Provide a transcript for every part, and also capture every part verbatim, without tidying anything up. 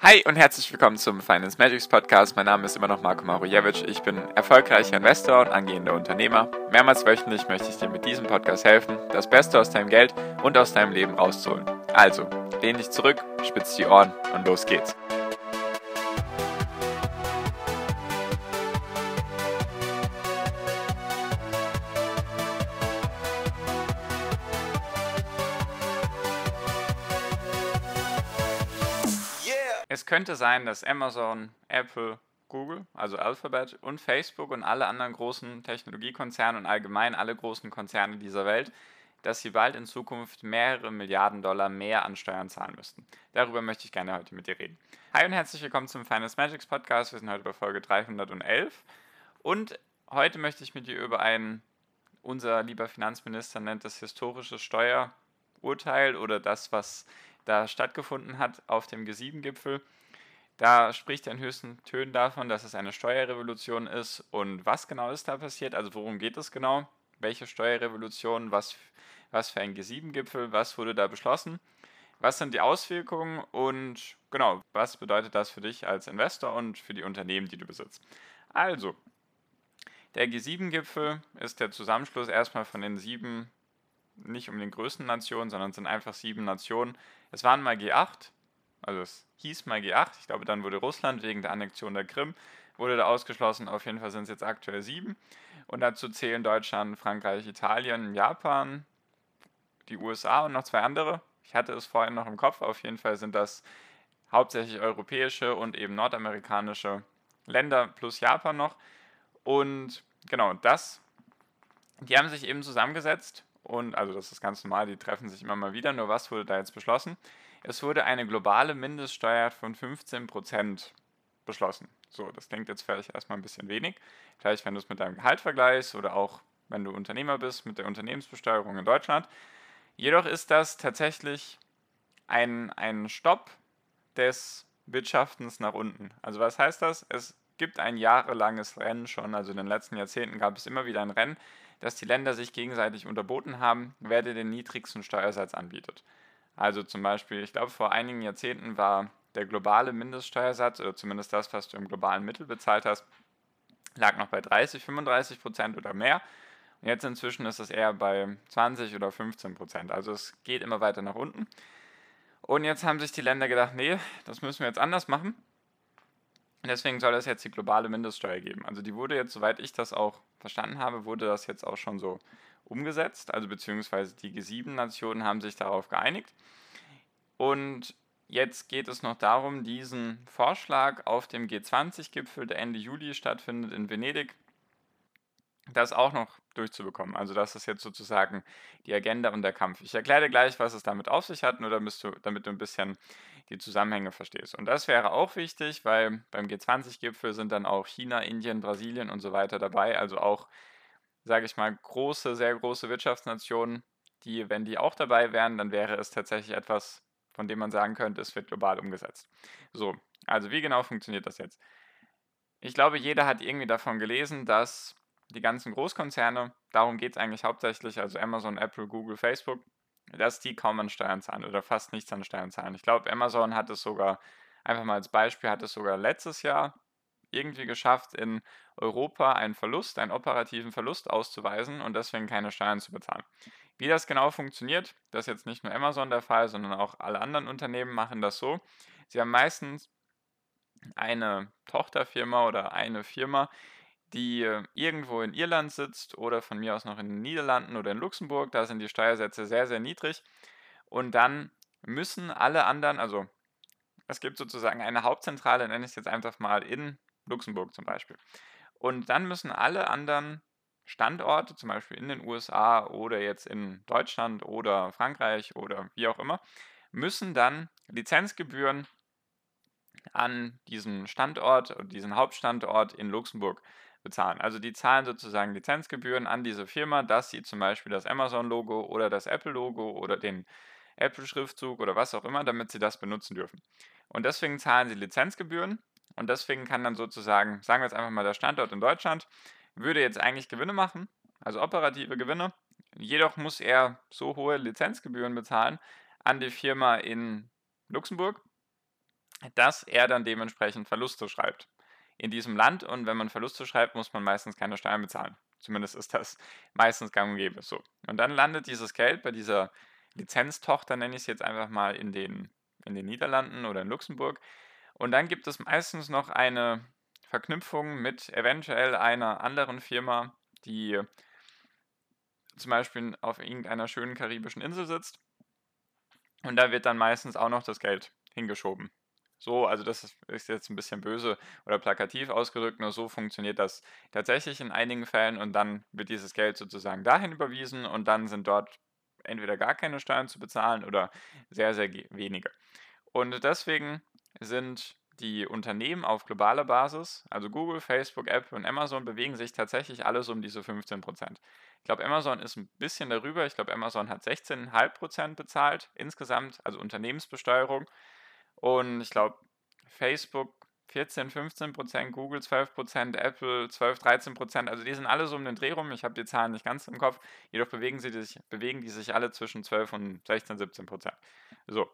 Hi und herzlich willkommen zum Finance Magics Podcast. Mein Name ist immer noch Marko Marujewicz. Ich bin erfolgreicher Investor und angehender Unternehmer. Mehrmals wöchentlich möchte ich dir mit diesem Podcast helfen, das Beste aus deinem Geld und aus deinem Leben rauszuholen. Also, lehn dich zurück, spitz die Ohren und los geht's. Es könnte sein, dass Amazon, Apple, Google, also Alphabet und Facebook und alle anderen großen Technologiekonzerne und allgemein alle großen Konzerne dieser Welt, dass sie bald in Zukunft mehrere Milliarden Dollar mehr an Steuern zahlen müssten. Darüber möchte ich gerne heute mit dir reden. Hi und herzlich willkommen zum Finance Magics Podcast. Wir sind heute bei Folge dreihundertelf und heute möchte ich mit dir über ein, unser lieber Finanzminister nennt es historisches Steuerurteil oder das, was da stattgefunden hat auf dem G sieben Gipfel. Da spricht er in höchsten Tönen davon, dass es eine Steuerrevolution ist. Und was genau ist da passiert? Also worum geht es genau? Welche Steuerrevolution? Was, was für ein G sieben Gipfel? Was wurde da beschlossen? Was sind die Auswirkungen? Und genau, was bedeutet das für dich als Investor und für die Unternehmen, die du besitzt? Also, der G sieben Gipfel ist der Zusammenschluss erstmal von den sieben, nicht um den größten Nationen, sondern es sind einfach sieben Nationen. Es waren mal G acht, also es hieß mal G acht, ich glaube dann wurde Russland wegen der Annexion der Krim, wurde da ausgeschlossen, auf jeden Fall sind es jetzt aktuell sieben. Und dazu zählen Deutschland, Frankreich, Italien, Japan, die U S A und noch zwei andere. Ich hatte es vorhin noch im Kopf, auf jeden Fall sind das hauptsächlich europäische und eben nordamerikanische Länder plus Japan noch. Und genau, das, die haben sich eben zusammengesetzt und, also das ist ganz normal, die treffen sich immer mal wieder, nur was wurde da jetzt beschlossen? Es wurde eine globale Mindeststeuer von fünfzehn Prozent beschlossen. So, das klingt jetzt vielleicht erstmal ein bisschen wenig, vielleicht wenn du es mit deinem Gehalt vergleichst oder auch wenn du Unternehmer bist mit der Unternehmensbesteuerung in Deutschland. Jedoch ist das tatsächlich ein, ein Stopp des Wirtschaftens nach unten. Also was heißt das? Es gibt ein jahrelanges Rennen schon, also in den letzten Jahrzehnten gab es immer wieder ein Rennen, dass die Länder sich gegenseitig unterboten haben, wer dir den niedrigsten Steuersatz anbietet. Also zum Beispiel, ich glaube vor einigen Jahrzehnten war der globale Mindeststeuersatz, oder zumindest das, was du im globalen Mittel bezahlt hast, lag noch bei dreißig, fünfunddreißig Prozent oder mehr. Und jetzt inzwischen ist es eher bei zwanzig oder fünfzehn Prozent. Also es geht immer weiter nach unten. Und jetzt haben sich die Länder gedacht, nee, das müssen wir jetzt anders machen. Deswegen soll es jetzt die globale Mindeststeuer geben. Also die wurde jetzt, soweit ich das auch verstanden habe, wurde das jetzt auch schon so umgesetzt. Also beziehungsweise die G sieben Nationen haben sich darauf geeinigt. Und jetzt geht es noch darum, diesen Vorschlag auf dem G zwanzig Gipfel, der Ende Juli stattfindet in Venedig, das auch noch durchzubekommen. Also das ist jetzt sozusagen die Agenda und der Kampf. Ich erkläre dir gleich, was es damit auf sich hat, nur damit du, damit du ein bisschen die Zusammenhänge verstehst. Und das wäre auch wichtig, weil beim G zwanzig Gipfel sind dann auch China, Indien, Brasilien und so weiter dabei. Also auch, sage ich mal, große, sehr große Wirtschaftsnationen, die, wenn die auch dabei wären, dann wäre es tatsächlich etwas, von dem man sagen könnte, es wird global umgesetzt. So, also wie genau funktioniert das jetzt? Ich glaube, jeder hat irgendwie davon gelesen, dass die ganzen Großkonzerne, darum geht es eigentlich hauptsächlich, also Amazon, Apple, Google, Facebook, dass die kaum an Steuern zahlen oder fast nichts an Steuern zahlen. Ich glaube, Amazon hat es sogar, einfach mal als Beispiel, hat es sogar letztes Jahr irgendwie geschafft, in Europa einen Verlust, einen operativen Verlust auszuweisen und deswegen keine Steuern zu bezahlen. Wie das genau funktioniert, das ist jetzt nicht nur Amazon der Fall, sondern auch alle anderen Unternehmen machen das so. Sie haben meistens eine Tochterfirma oder eine Firma, die äh, irgendwo in Irland sitzt oder von mir aus noch in den Niederlanden oder in Luxemburg. Da sind die Steuersätze sehr, sehr niedrig. Und dann müssen alle anderen, also es gibt sozusagen eine Hauptzentrale, nenne ich es jetzt einfach mal in Luxemburg zum Beispiel. Und dann müssen alle anderen Standorte, zum Beispiel in den U S A oder jetzt in Deutschland oder Frankreich oder wie auch immer, müssen dann Lizenzgebühren an diesen Standort, diesen Hauptstandort in Luxemburg bezahlen. Also die zahlen sozusagen Lizenzgebühren an diese Firma, dass sie zum Beispiel das Amazon-Logo oder das Apple-Logo oder den Apple-Schriftzug oder was auch immer, damit sie das benutzen dürfen. Und deswegen zahlen sie Lizenzgebühren und deswegen kann dann sozusagen, sagen wir jetzt einfach mal, der Standort in Deutschland würde jetzt eigentlich Gewinne machen, also operative Gewinne. Jedoch muss er so hohe Lizenzgebühren bezahlen an die Firma in Luxemburg, dass er dann dementsprechend Verluste schreibt in diesem Land. Und wenn man Verluste schreibt, muss man meistens keine Steuern bezahlen. Zumindest ist das meistens gang und gäbe so. Und dann landet dieses Geld bei dieser Lizenztochter, nenne ich es jetzt einfach mal, in den, in den Niederlanden oder in Luxemburg. Und dann gibt es meistens noch eine Verknüpfung mit eventuell einer anderen Firma, die zum Beispiel auf irgendeiner schönen karibischen Insel sitzt. Und da wird dann meistens auch noch das Geld hingeschoben. So, also das ist, ist jetzt ein bisschen böse oder plakativ ausgedrückt, nur so funktioniert das tatsächlich in einigen Fällen und dann wird dieses Geld sozusagen dahin überwiesen und dann sind dort entweder gar keine Steuern zu bezahlen oder sehr, sehr ge- wenige. Und deswegen sind die Unternehmen auf globaler Basis, also Google, Facebook, Apple und Amazon, bewegen sich tatsächlich alles um diese fünfzehn Prozent. Ich glaube, Amazon ist ein bisschen darüber. Ich glaube, Amazon hat sechzehn Komma fünf Prozent bezahlt insgesamt, also Unternehmensbesteuerung. Und ich glaube, Facebook vierzehn, fünfzehn Prozent, Google zwölf Prozent, Apple zwölf, dreizehn Prozent. Also die sind alle so um den Dreh rum. Ich habe die Zahlen nicht ganz im Kopf. Jedoch bewegen sie sich, bewegen die sich alle zwischen zwölf und sechzehn, siebzehn Prozent. So,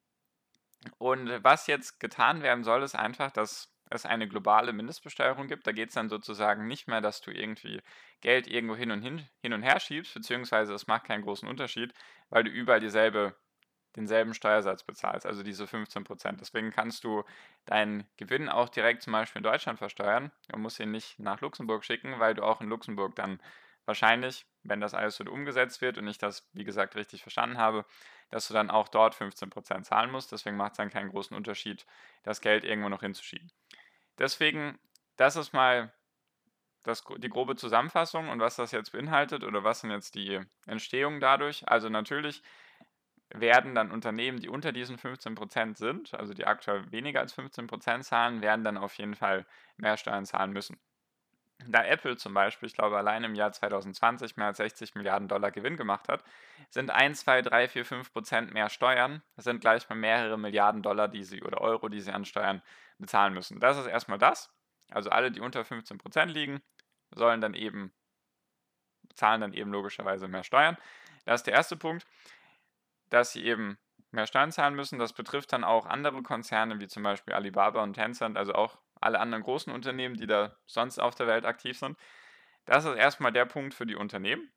und was jetzt getan werden soll, ist einfach, dass es eine globale Mindestbesteuerung gibt. Da geht es dann sozusagen nicht mehr, dass du irgendwie Geld irgendwo hin und hin, hin und her schiebst, beziehungsweise es macht keinen großen Unterschied, weil du überall dieselbe, denselben Steuersatz bezahlst, also diese fünfzehn Prozent. Deswegen kannst du deinen Gewinn auch direkt zum Beispiel in Deutschland versteuern und musst ihn nicht nach Luxemburg schicken, weil du auch in Luxemburg dann wahrscheinlich, wenn das alles so umgesetzt wird und ich das, wie gesagt, richtig verstanden habe, dass du dann auch dort fünfzehn Prozent zahlen musst. Deswegen macht es dann keinen großen Unterschied, das Geld irgendwo noch hinzuschieben. Deswegen, das ist mal das, die grobe Zusammenfassung und was das jetzt beinhaltet oder was sind jetzt die Entstehungen dadurch. Also natürlich werden dann Unternehmen, die unter diesen fünfzehn Prozent sind, also die aktuell weniger als fünfzehn Prozent zahlen, werden dann auf jeden Fall mehr Steuern zahlen müssen. Da Apple zum Beispiel, ich glaube, allein im Jahr zwanzig zwanzig mehr als sechzig Milliarden Dollar Gewinn gemacht hat, sind eins, zwei, drei, vier, fünf Prozent mehr Steuern. Das sind gleich mal mehrere Milliarden Dollar, die sie oder Euro, die sie an Steuern bezahlen müssen. Das ist erstmal das. Also alle, die unter fünfzehn Prozent liegen, sollen dann eben, zahlen dann eben logischerweise mehr Steuern. Das ist der erste Punkt, dass sie eben mehr Steuern zahlen müssen. Das betrifft dann auch andere Konzerne, wie zum Beispiel Alibaba und Tencent, also auch alle anderen großen Unternehmen, die da sonst auf der Welt aktiv sind. Das ist erstmal der Punkt für die Unternehmen.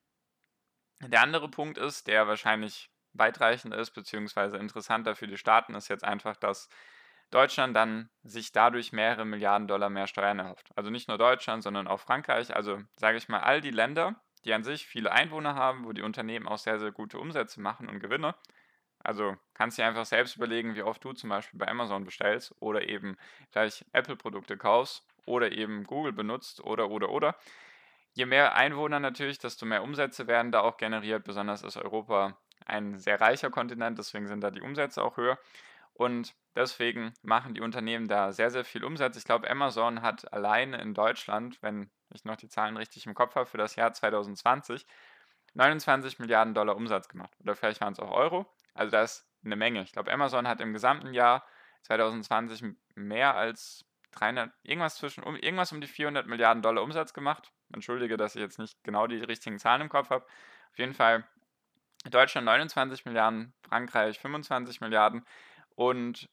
Der andere Punkt ist, der wahrscheinlich weitreichend ist, beziehungsweise interessanter für die Staaten, ist jetzt einfach, dass Deutschland dann sich dadurch mehrere Milliarden Dollar mehr Steuern erhofft. Also nicht nur Deutschland, sondern auch Frankreich. Also sage ich mal, all die Länder, die an sich viele Einwohner haben, wo die Unternehmen auch sehr, sehr gute Umsätze machen und Gewinne. Also kannst du dir einfach selbst überlegen, wie oft du zum Beispiel bei Amazon bestellst oder eben gleich Apple-Produkte kaufst oder eben Google benutzt oder, oder, oder. Je mehr Einwohner natürlich, desto mehr Umsätze werden da auch generiert. Besonders ist Europa ein sehr reicher Kontinent, deswegen sind da die Umsätze auch höher. Und deswegen machen die Unternehmen da sehr, sehr viel Umsatz. Ich glaube, Amazon hat alleine in Deutschland, wenn ich noch die Zahlen richtig im Kopf habe, für das Jahr zwanzig zwanzig neunundzwanzig Milliarden Dollar Umsatz gemacht. Oder vielleicht waren es auch Euro. Also das ist eine Menge. Ich glaube, Amazon hat im gesamten Jahr zwanzig zwanzig mehr als dreihundert, irgendwas zwischen, um, irgendwas um die vierhundert Milliarden Dollar Umsatz gemacht. Entschuldige, dass ich jetzt nicht genau die richtigen Zahlen im Kopf habe. Auf jeden Fall Deutschland neunundzwanzig Milliarden, Frankreich fünfundzwanzig Milliarden und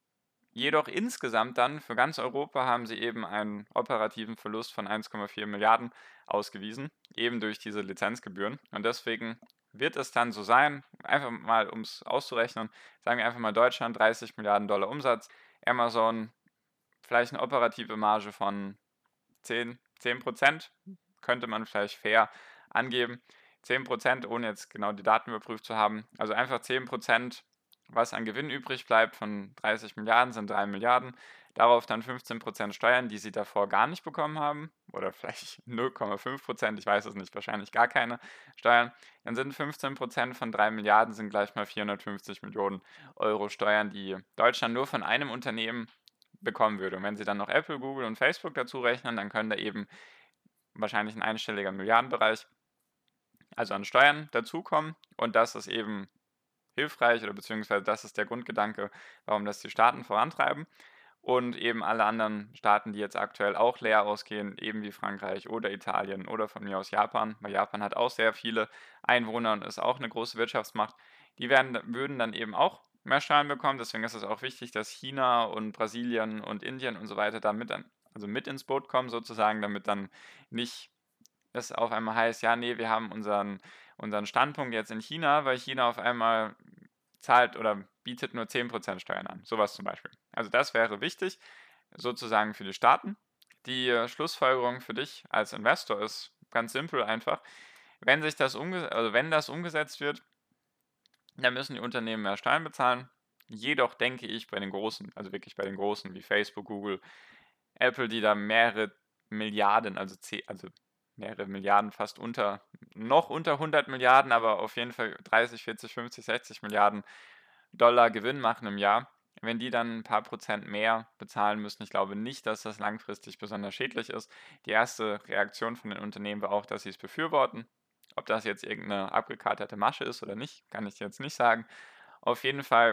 jedoch insgesamt dann für ganz Europa haben sie eben einen operativen Verlust von eins Komma vier Milliarden ausgewiesen, eben durch diese Lizenzgebühren. Und deswegen wird es dann so sein, einfach mal um es auszurechnen, sagen wir einfach mal Deutschland dreißig Milliarden Dollar Umsatz, Amazon vielleicht eine operative Marge von zehn, zehn Prozent, könnte man vielleicht fair angeben. zehn Prozent, ohne jetzt genau die Daten überprüft zu haben. Also einfach zehn Prozent, was an Gewinn übrig bleibt von dreißig Milliarden, sind drei Milliarden. Darauf dann fünfzehn Prozent Steuern, die sie davor gar nicht bekommen haben. Oder vielleicht null Komma fünf Prozent, ich weiß es nicht, wahrscheinlich gar keine Steuern. Dann sind fünfzehn Prozent von drei Milliarden sind gleich mal vierhundertfünfzig Millionen Euro Steuern, die Deutschland nur von einem Unternehmen bekommen würde. Und wenn Sie dann noch Apple, Google und Facebook dazu rechnen, dann können da eben wahrscheinlich ein einstelliger Milliardenbereich, also an Steuern dazukommen. Und das ist eben hilfreich oder beziehungsweise das ist der Grundgedanke, warum das die Staaten vorantreiben. Und eben alle anderen Staaten, die jetzt aktuell auch leer ausgehen, eben wie Frankreich oder Italien oder von mir aus Japan, weil Japan hat auch sehr viele Einwohner und ist auch eine große Wirtschaftsmacht, die werden, würden dann eben auch mehr Steuern bekommen. Deswegen ist es auch wichtig, dass China und Brasilien und Indien und so weiter da mit an also mit ins Boot kommen sozusagen, damit dann nicht es auf einmal heißt: „Ja, ne, wir haben unseren unseren Standpunkt jetzt in China, weil China auf einmal zahlt oder bietet nur zehn Prozent Steuern an." So was zum Beispiel. Also, das wäre wichtig sozusagen für die Staaten. Die, äh, Schlussfolgerung für dich als Investor ist ganz simpel einfach. Wenn sich das umge also, wenn das umgesetzt wird, dann müssen die Unternehmen mehr Steuern bezahlen. Jedoch denke ich bei den Großen, also wirklich bei den Großen wie Facebook, Google, Apple, die da mehrere Milliarden, also ze also mehrere Milliarden, fast unter noch unter hundert Milliarden, aber auf jeden Fall dreißig, vierzig, fünfzig, sechzig Milliarden Dollar Gewinn machen im Jahr. Wenn die dann ein paar Prozent mehr bezahlen müssen, ich glaube nicht, dass das langfristig besonders schädlich ist. Die erste Reaktion von den Unternehmen war auch, dass sie es befürworten. Ob das jetzt irgendeine abgekartete Masche ist oder nicht, kann ich jetzt nicht sagen. Auf jeden Fall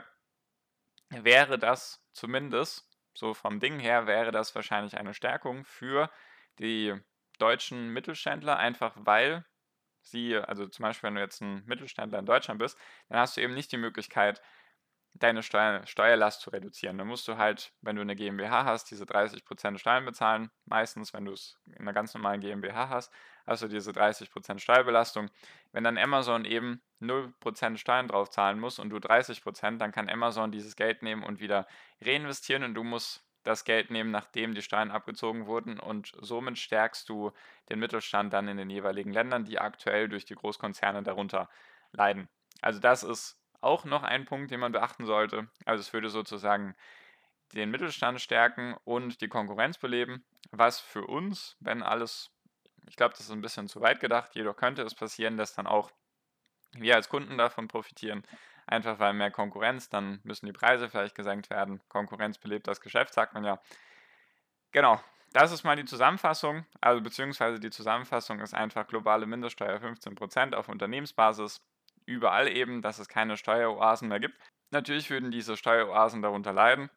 wäre das zumindest, so vom Ding her, wäre das wahrscheinlich eine Stärkung für die deutschen Mittelständler, einfach weil sie also, zum Beispiel, wenn du jetzt ein Mittelständler in Deutschland bist, dann hast du eben nicht die Möglichkeit, deine Steuer Steuerlast zu reduzieren. Dann musst du halt, wenn du eine GmbH hast, diese dreißig Prozent Steuern bezahlen. Meistens, wenn du es in einer ganz normalen GmbH hast, hast du diese dreißig Prozent Steuerbelastung. Wenn dann Amazon eben null Prozent Steuern drauf zahlen muss und du dreißig Prozent, dann kann Amazon dieses Geld nehmen und wieder reinvestieren und du musst das Geld nehmen, nachdem die Steuern abgezogen wurden, und somit stärkst du den Mittelstand dann in den jeweiligen Ländern, die aktuell durch die Großkonzerne darunter leiden. Also, das ist auch noch ein Punkt, den man beachten sollte. Also, es würde sozusagen den Mittelstand stärken und die Konkurrenz beleben, was für uns, wenn alles ich glaube, das ist ein bisschen zu weit gedacht, jedoch könnte es passieren, dass dann auch wir als Kunden davon profitieren, einfach weil mehr Konkurrenz, dann müssen die Preise vielleicht gesenkt werden. Konkurrenz belebt das Geschäft, sagt man ja. Genau, das ist mal die Zusammenfassung. Also, beziehungsweise die Zusammenfassung ist einfach globale Mindeststeuer fünfzehn Prozent auf Unternehmensbasis, überall eben, dass es keine Steueroasen mehr gibt. Natürlich würden diese Steueroasen darunter leiden,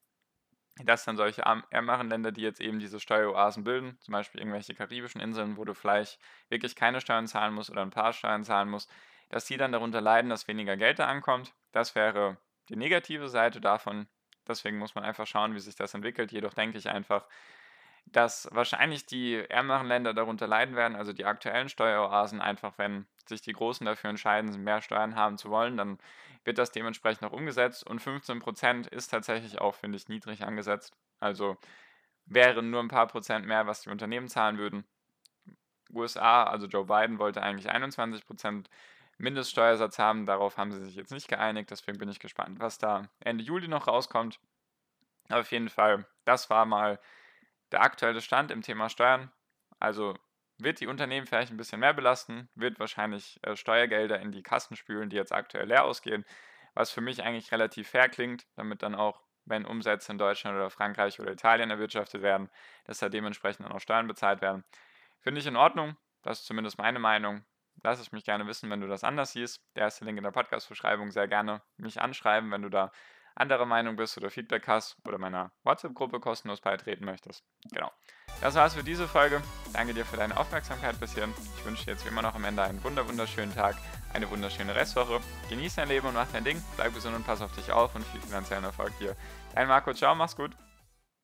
dass dann solche arm ärmeren Länder, die jetzt eben diese Steueroasen bilden, zum Beispiel irgendwelche karibischen Inseln, wo du vielleicht wirklich keine Steuern zahlen musst oder ein paar Steuern zahlen musst, dass die dann darunter leiden, dass weniger Geld da ankommt. Das wäre die negative Seite davon. Deswegen muss man einfach schauen, wie sich das entwickelt. Jedoch denke ich einfach, dass wahrscheinlich die ärmeren Länder darunter leiden werden, also die aktuellen Steueroasen, einfach wenn sich die Großen dafür entscheiden, mehr Steuern haben zu wollen, dann wird das dementsprechend auch umgesetzt, und fünfzehn Prozent ist tatsächlich auch, finde ich, niedrig angesetzt. Also wären nur ein paar Prozent mehr, was die Unternehmen zahlen würden. U S A, also Joe Biden wollte eigentlich einundzwanzig Prozent Mindeststeuersatz haben, darauf haben sie sich jetzt nicht geeinigt, deswegen bin ich gespannt, was da Ende Juli noch rauskommt. Auf jeden Fall, das war mal der aktuelle Stand im Thema Steuern. Also wird die Unternehmen vielleicht ein bisschen mehr belasten, wird wahrscheinlich äh, Steuergelder in die Kassen spülen, die jetzt aktuell leer ausgehen, was für mich eigentlich relativ fair klingt, damit dann auch, wenn Umsätze in Deutschland oder Frankreich oder Italien erwirtschaftet werden, dass da dementsprechend dann auch Steuern bezahlt werden. Finde ich in Ordnung, das ist zumindest meine Meinung. Lass es mich gerne wissen, wenn du das anders siehst. Der erste Link in der Podcast-Beschreibung. Sehr gerne mich anschreiben, wenn du da anderer Meinung bist oder Feedback hast oder meiner WhatsApp-Gruppe kostenlos beitreten möchtest. Genau. Das war's für diese Folge. Danke dir für deine Aufmerksamkeit bis hierhin. Ich wünsche dir jetzt wie immer noch am Ende einen wunder wunderschönen Tag, eine wunderschöne Restwoche. Genieß dein Leben und mach dein Ding. Bleib gesund und pass auf dich auf und viel finanziellen Erfolg dir. Dein Marco, ciao, mach's gut.